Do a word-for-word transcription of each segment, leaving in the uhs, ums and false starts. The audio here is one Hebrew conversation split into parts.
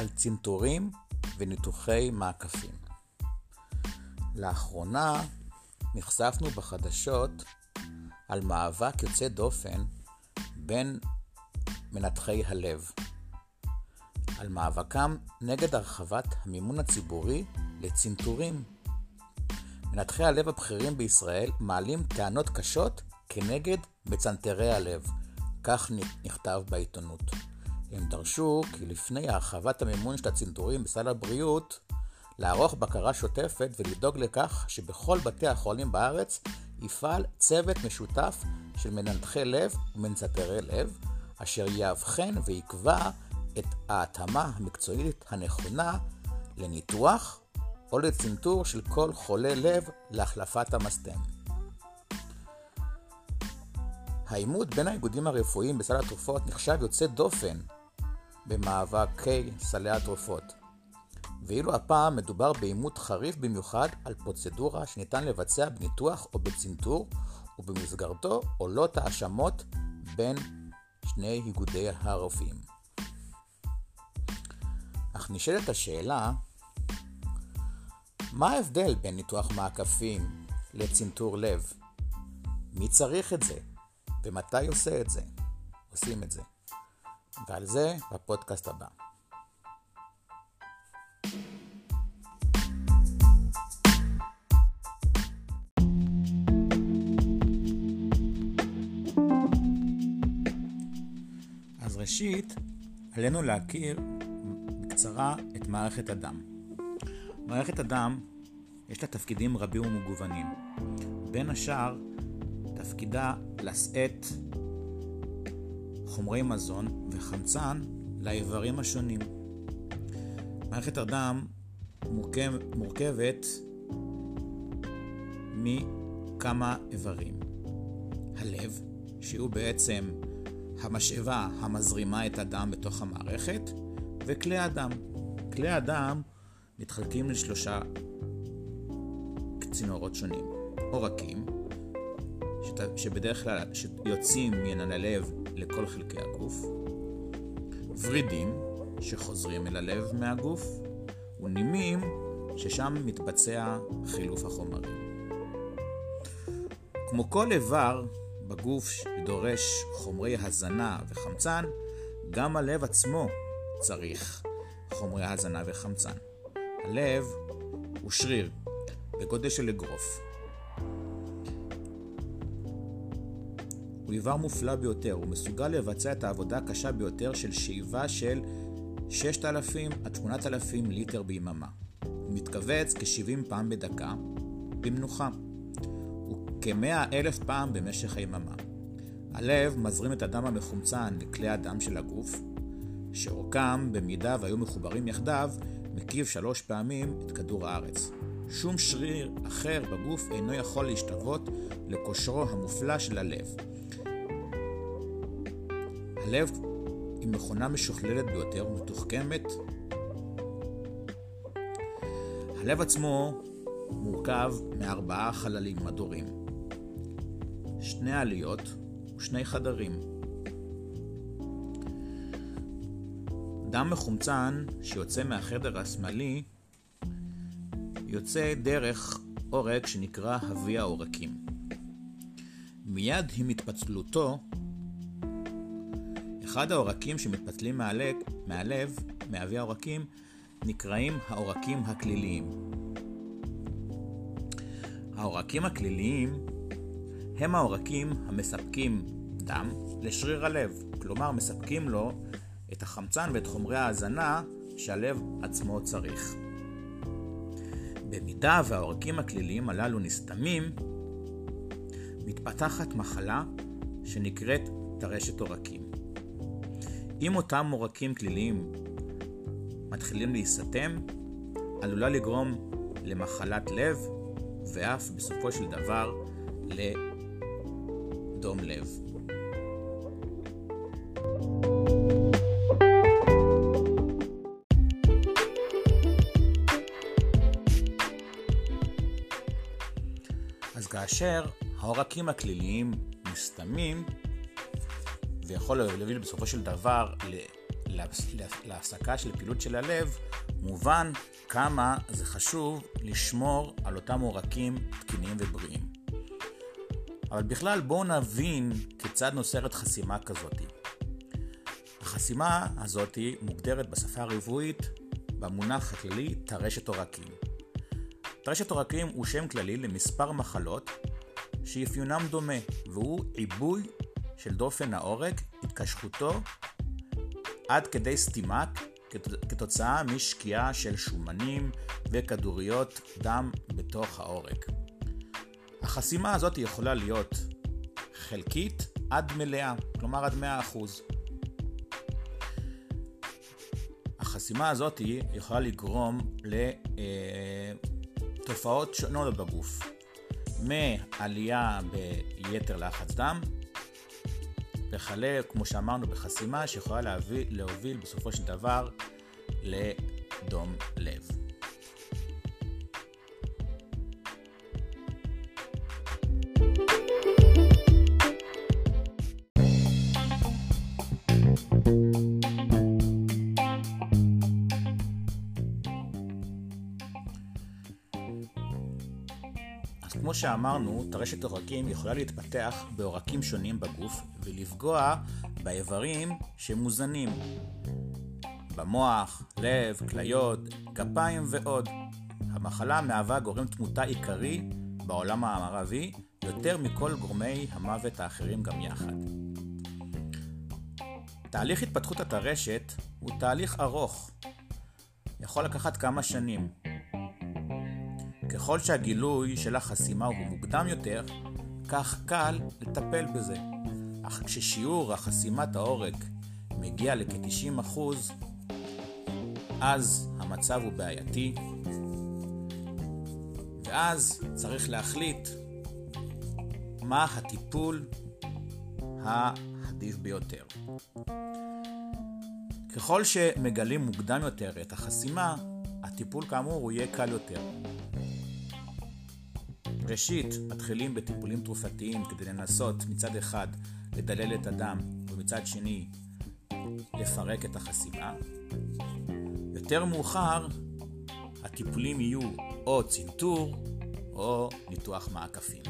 על צנתורים וניתוחי מעקפים. לאחרונה נחשפנו בחדשות על מאבק יוצא דופן בין מנתחי הלב, על מאבקם נגד הרחבת המימון הציבורי לצנתורים. מנתחי הלב הבכירים בישראל מעלים טענות קשות כנגד מצנתרי הלב, כך נכתב בעיתונות. הם דרשו כי לפני הרחבת המימון של הצנתורים בסל הבריאות, לערוך בקרה שוטפת ולדאוג לכך שבכל בתי החולים בארץ יפעל צוות משותף של מנתחי לב ומצנתרי לב, אשר יאבחן ויקבע את ההתאמה המקצועית הנכונה לניתוח או לצנתור של כל חולה לב להחלפת המסתם. העימות בין האיגודים הרפואיים בסל התרופות נחשב יוצא דופן במאבקי סלי התרופות, ואילו הפעם מדובר בעימות חריף במיוחד על פרוצדורה שניתן לבצע בניתוח או בצנתור, ובמסגרתו עולות האשמות בין שני איגודי הרופאים. אך נשאלת השאלה, מה ההבדל בין ניתוח מעקפים לצנתור לב? מי צריך את זה? ומתי עושה את זה? עושים את זה. ועל זה בפודקאסט הבא. אז ראשית, עלינו להכיר בקצרה את מערכת הדם. מערכת הדם יש לה תפקידים רבים ומגוונים. בין השאר, תפקידה לשאת חומרי מזון וחמצן לאיברים השונים. מערכת הדם מורכב, מורכבת מכמה איברים. הלב, שהוא בעצם המשאבה המזרימה את הדם בתוך המערכת, וכלי הדם. כלי הדם מתחלקים לשלושה צינורות שונים. עורקים, שבדרך כלל יוצאים מן הלב לכל חלקי הגוף, ורידים שחוזרים אל הלב מהגוף, ונימים ששם מתבצע חילוף החומרים. כמו כל איבר בגוף שדורש חומרי הזנה וחמצן, גם הלב עצמו צריך חומרי הזנה וחמצן. הלב הוא שריר בגודל של אגרוף. הוא איבר מופלא ביותר, הוא מסוגל לבצע את העבודה הקשה ביותר של שאיבה של ששת אלפים עד שמונת אלפים ליטר ביממה. הוא מתכווץ כ-שבעים פעם בדקה במנוחה, וכ-מאה אלף פעם במשך היממה. הלב מזרים את הדם המחומצן לכלי הדם של הגוף, שאורכם במידה והיו מחוברים יחדיו, מקיף שלוש פעמים את כדור הארץ. שום שריר אחר בגוף אינו יכול להשתוות לכושרו המופלא של הלב. הלב היא מכונה משוכללת ביותר ומתוחכמת. הלב עצמו מורכב מארבעה חללים מדורים, שני עליות ושני חדרים. דם מחומצן שיוצא מהחדר השמאלי יוצא דרך עורק שנקרא אבי העורקים. מיד עם התפצלותו, אחד העורקים שמתפצלים מהלב, מהלב, מאבי העורקים, נקראים העורקים הכליליים. העורקים הכליליים הם העורקים המספקים דם לשריר הלב, כלומר מספקים לו את החמצן ואת חומרי ההזנה שהלב עצמו צריך. במידה והעורקים הכליליים הללו נסתמים, מתפתחת מחלה שנקראת טרשת עורקים. אם אותם עורקים כליליים מתחילים להיסתם, עלולה לגרום למחלת לב ואף בסופו של דבר לדום לב. אז כאשר העורקים הכליליים מסתמים, ויכול להוביל בסופו של דבר להפסקה של פעילות של הלב, מובן כמה זה חשוב לשמור על אותם עורקים תקינים ובריאים. אבל בכלל בואו נבין כיצד נוצרת חסימה כזאת. החסימה הזאת מוגדרת בשפה הרפואית במונח הכללי טרשת עורקים. טרשת עורקים הוא שם כללי למספר מחלות שאפיונם דומה, והוא עיבוי של דופן העורק, התקשחותו עד כדי סתימה כתוצאה משקיעה של שומנים וכדוריות דם בתוך העורק. החסימה הזאת יכולה להיות חלקית עד מלאה, כלומר עד מאה אחוז. החסימה הזאת יכולה לגרום לתופעות שונות בגוף, מעלייה ביתר לחץ דם, וכלה, כמו שאמרנו, בחסימה שיכולה להוביל, להוביל בסופו של דבר לדום לב. אז כמו שאמרנו, טרשת עורקים יכולה להתפתח בעורקים שונים בגוף ולפגוע באיברים שמוזנים, במוח, לב, כליות, גפיים ועוד. המחלה מהווה גורם תמותה עיקרי בעולם המערבי יותר מכל גורמי המוות האחרים גם יחד. תהליך התפתחות הטרשת הוא תהליך ארוך, יכול לקחת כמה שנים. ככל שהגילוי של החסימה הוא מוקדם יותר, כך קל לטפל בזה. אך כששיעור החסימת העורק מגיע לכ-תשעים אחוז, אז המצב הוא בעייתי, ואז צריך להחליט מה הטיפול העדיף ביותר. ככל שמגלים מוקדם יותר את החסימה, הטיפול כאמור הוא יהיה קל יותר. ראשית, מתחילים בטיפולים תרופתיים כדי לנסות מצד אחד לדלל את הדם ומצד שני לפרק את החסימה. יותר מאוחר, הטיפולים יהיו או צנתור או ניתוח מעקפים.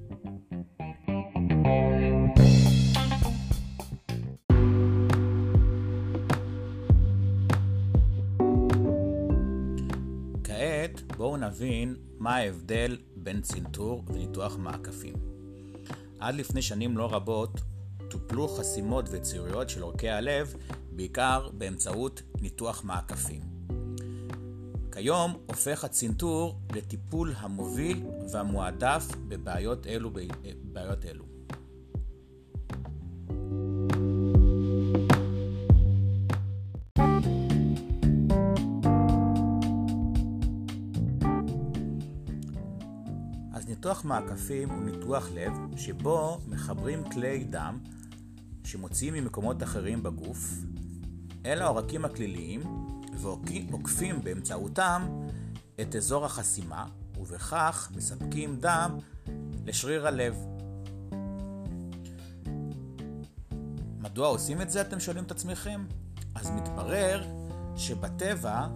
כעת בואו נבין מה ההבדל בין צנתור וניתוח מעקפים. עד לפני שנים לא רבות טופלו חסימות וצירויות של עורקי הלב בעיקר באמצעות ניתוח מעקפים. כיום הופך הצנתור לטיפול המוביל והמועדף בבעיות אלו בבעיות אלו. אז ניתוח מעקפים הוא ניתוח לב שבו מחברים כלי דם שמוציאים ממקומות אחרים בגוף אל העורקים הכליליים ועוקפים באמצעותם את אזור החסימה, ובכך מספקים דם לשריר הלב. מדוע עושים את זה, אתם שואלים את עצמכם? אז מתברר שבטבע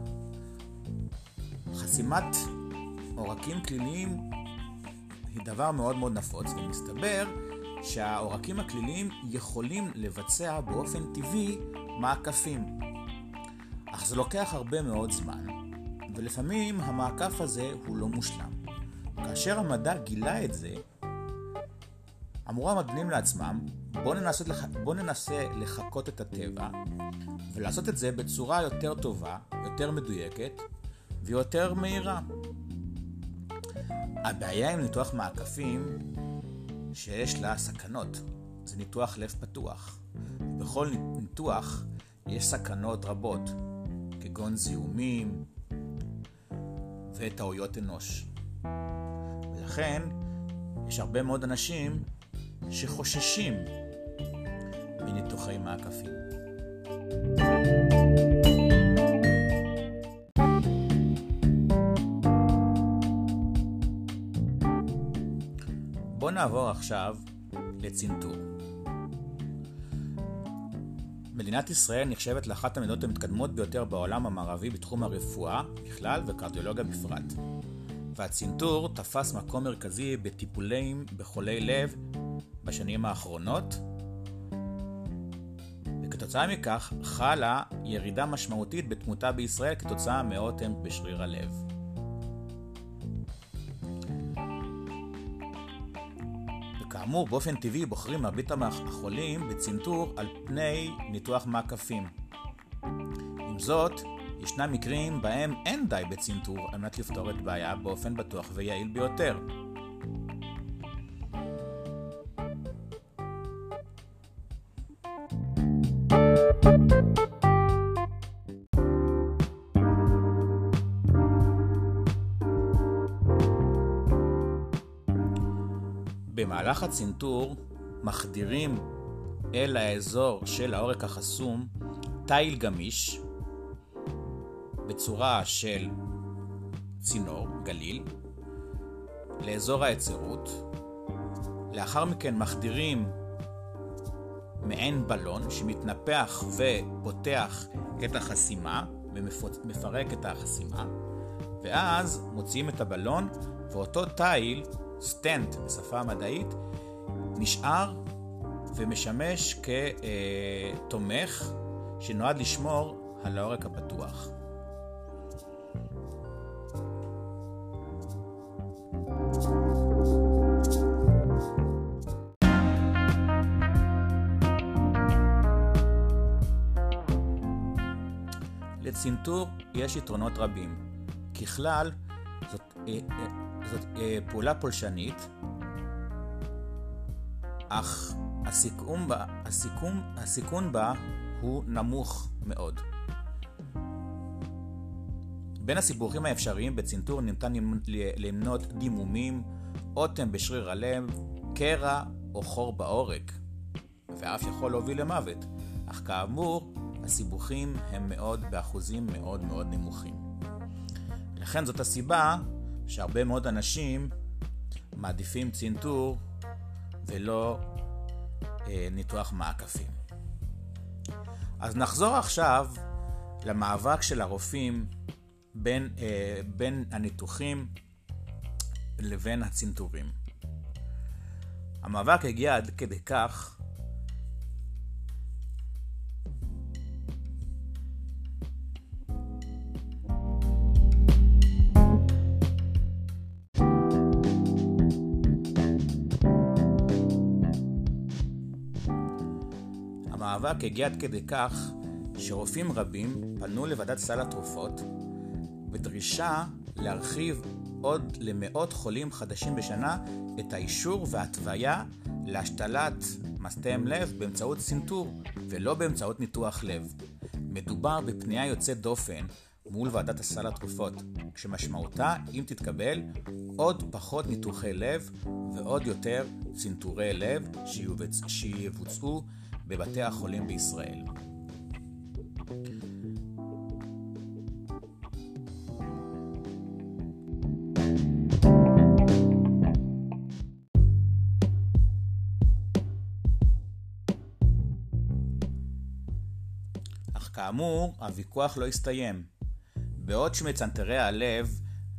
חסימת עורקים כליליים היא דבר מאוד מאוד נפוץ, ומסתבר שהעורקים הכליליים יכולים לבצע באופן טבעי מעקפים. אך זה לוקח הרבה מאוד זמן, ולפעמים המעקף הזה הוא לא מושלם. כאשר המדע גילה את זה, אמרו המדענים לעצמם, בוא ננסה, לח... בוא ננסה לחקות את הטבע, ולעשות את זה בצורה יותר טובה, יותר מדויקת, ויותר מהירה. הבעיה עם ניתוח מעקפים שיש לה סכנות. זה ניתוח לב פתוח. בכל ניתוח יש סכנות רבות, כגון זיהומים וטעויות אנוש. ולכן יש הרבה מאוד אנשים שחוששים מניתוחי מעקפים. בואו נעבור עכשיו לצנתור. מדינת ישראל נחשבת לאחת המדינות המתקדמות ביותר בעולם המערבי בתחום הרפואה בכלל וקרדיולוגיה בפרט. והצנתור תפס מקום מרכזי בטיפולים בחולי לב בשנים האחרונות, וכתוצאה מכך חלה ירידה משמעותית בתמותה בישראל כתוצאה מאוטם בשריר הלב. וכאמור, באופן טבעי בוחרים מרבית החולים בצנתור על פני ניתוח מעקפים. עם זאת, ישנם מקרים בהם אין די בצנתור על מנת לפתור את בעיה באופן בטוח ויעיל ביותר. במהלך הצנתור מחדירים אל האזור של העורק החסום תיל גמיש בצורה של צינור, גליל, לאזור העצרות. לאחר מכן מחדירים מעין בלון שמתנפח ופותח את החסימה ומפרק את החסימה, ואז מוציאים את הבלון, ואותו תיל, סטנט בשפה המדעית, נשאר ומשמש כתומך שנועד לשמור על העורק הפתוח. לצנתור יש יתרונות רבים. ככלל, זאת, זאת פעולה פולשנית, אך הסיכון בה, הסיכון, הסיכון בה הוא נמוך מאוד. בין הסיבוכים האפשריים בצנתור ניתן למנות דימומים, אוטם בשריר הלב, קרע או חור בעורק, ואף יכול להוביל למוות. אך כאמור, הסיבוכים הם מאוד באחוזים מאוד מאוד נמוכים. לכן זאת הסיבה שהרבה מאוד אנשים מעדיפים צנתור ולא אה, ניתוח מעקפים. אז נחזור עכשיו למאבק של הרופאים בין, אה, בין הניתוחים לבין הצנתורים. המאבק הגיע עד כדי כך המאבק הגיע עד כדי כך שרופאים רבים פנו לוועדת סל התרופות בדרישה להרחיב עוד למאות חולים חדשים בשנה את האישור והתוויה להשתלת מסתם לב באמצעות צנתור ולא באמצעות ניתוח לב. מדובר בפנייה יוצאת דופן מול ועדת הסל התרופות, כשמשמעותה, אם תתקבל, עוד פחות ניתוחי לב ועוד יותר צנתורי לב שיבוצעו בבתי החולים בישראל. אך כאמור, הוויכוח לא הסתיים. בעוד שמצנתרי הלב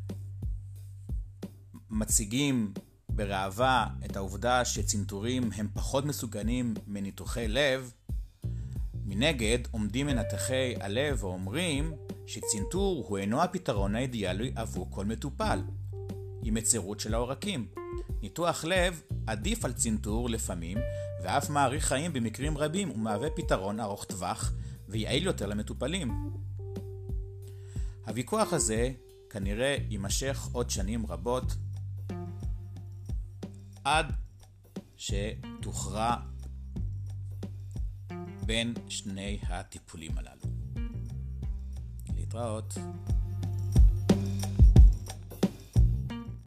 מציגים ברעבה את העובדה שצנתורים הם פחות מסוגנים מניתוחי לב, מנגד עומדים מנתחי הלב ואומרים שצנתור הוא אינו הפתרון האידיאלי עבור כל מטופל עם יצירות של העורקים. ניתוח לב עדיף על צנתור לפעמים ואף מאריך חיים במקרים רבים ומהווה פתרון ארוך טווח ויעיל יותר למטופלים. הוויכוח הזה כנראה יימשך עוד שנים רבות עד שתוכרע בין שני הטיפולים הללו. להתראות.